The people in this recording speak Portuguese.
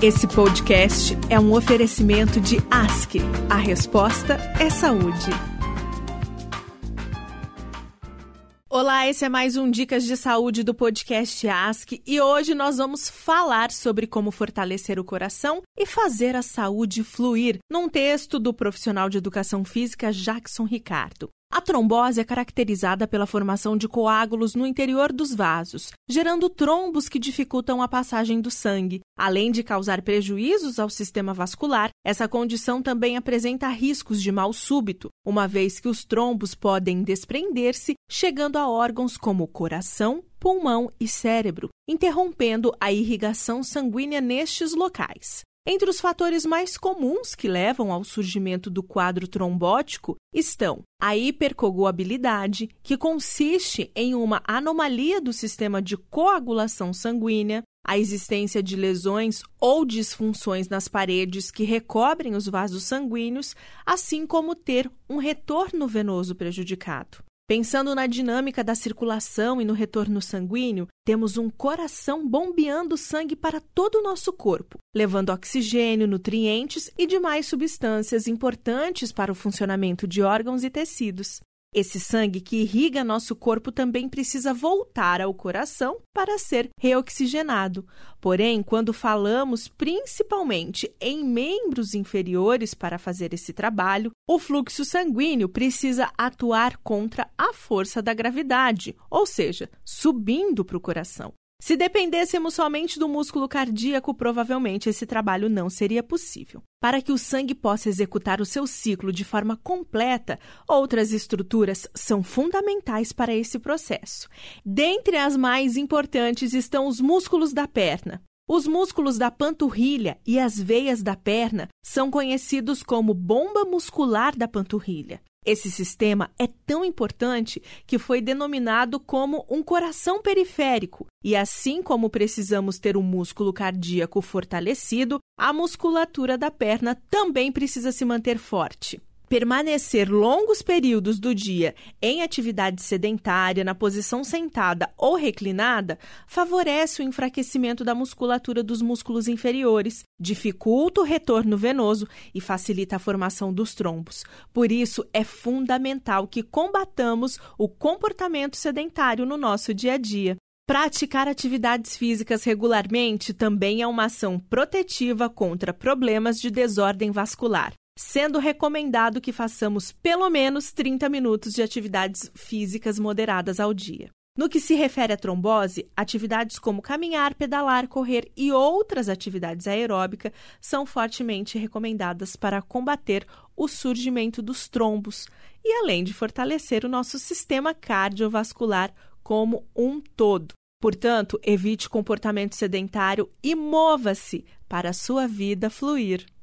Esse podcast é um oferecimento de Ask. A resposta é saúde. Olá, esse é mais um Dicas de Saúde do podcast Ask e hoje nós vamos falar sobre como fortalecer o coração e fazer a saúde fluir, num texto do profissional de educação física Jackson Ricardo. A trombose é caracterizada pela formação de coágulos no interior dos vasos, gerando trombos que dificultam a passagem do sangue. Além de causar prejuízos ao sistema vascular, essa condição também apresenta riscos de mal súbito, uma vez que os trombos podem desprender-se, chegando a órgãos como coração, pulmão e cérebro, interrompendo a irrigação sanguínea nestes locais. Entre os fatores mais comuns que levam ao surgimento do quadro trombótico estão a hipercoagulabilidade, que consiste em uma anomalia do sistema de coagulação sanguínea, a existência de lesões ou disfunções nas paredes que recobrem os vasos sanguíneos, assim como ter um retorno venoso prejudicado. Pensando na dinâmica da circulação e no retorno sanguíneo, temos um coração bombeando sangue para todo o nosso corpo, levando oxigênio, nutrientes e demais substâncias importantes para o funcionamento de órgãos e tecidos. Esse sangue que irriga nosso corpo também precisa voltar ao coração para ser reoxigenado. Porém, quando falamos principalmente em membros inferiores para fazer esse trabalho, o fluxo sanguíneo precisa atuar contra a força da gravidade, ou seja, subindo para o coração. Se dependêssemos somente do músculo cardíaco, provavelmente esse trabalho não seria possível. Para que o sangue possa executar o seu ciclo de forma completa, outras estruturas são fundamentais para esse processo. Dentre as mais importantes estão os músculos da perna. Os músculos da panturrilha e as veias da perna são conhecidos como bomba muscular da panturrilha. Esse sistema é tão importante que foi denominado como um coração periférico. E assim como precisamos ter um músculo cardíaco fortalecido, a musculatura da perna também precisa se manter forte. Permanecer longos períodos do dia em atividade sedentária, na posição sentada ou reclinada, favorece o enfraquecimento da musculatura dos músculos inferiores, dificulta o retorno venoso e facilita a formação dos trombos. Por isso, é fundamental que combatamos o comportamento sedentário no nosso dia a dia. Praticar atividades físicas regularmente também é uma ação protetiva contra problemas de desordem vascular, sendo recomendado que façamos pelo menos 30 minutos de atividades físicas moderadas ao dia. No que se refere à trombose, atividades como caminhar, pedalar, correr e outras atividades aeróbicas são fortemente recomendadas para combater o surgimento dos trombos e além de fortalecer o nosso sistema cardiovascular como um todo. Portanto, evite comportamento sedentário e mova-se para a sua vida fluir.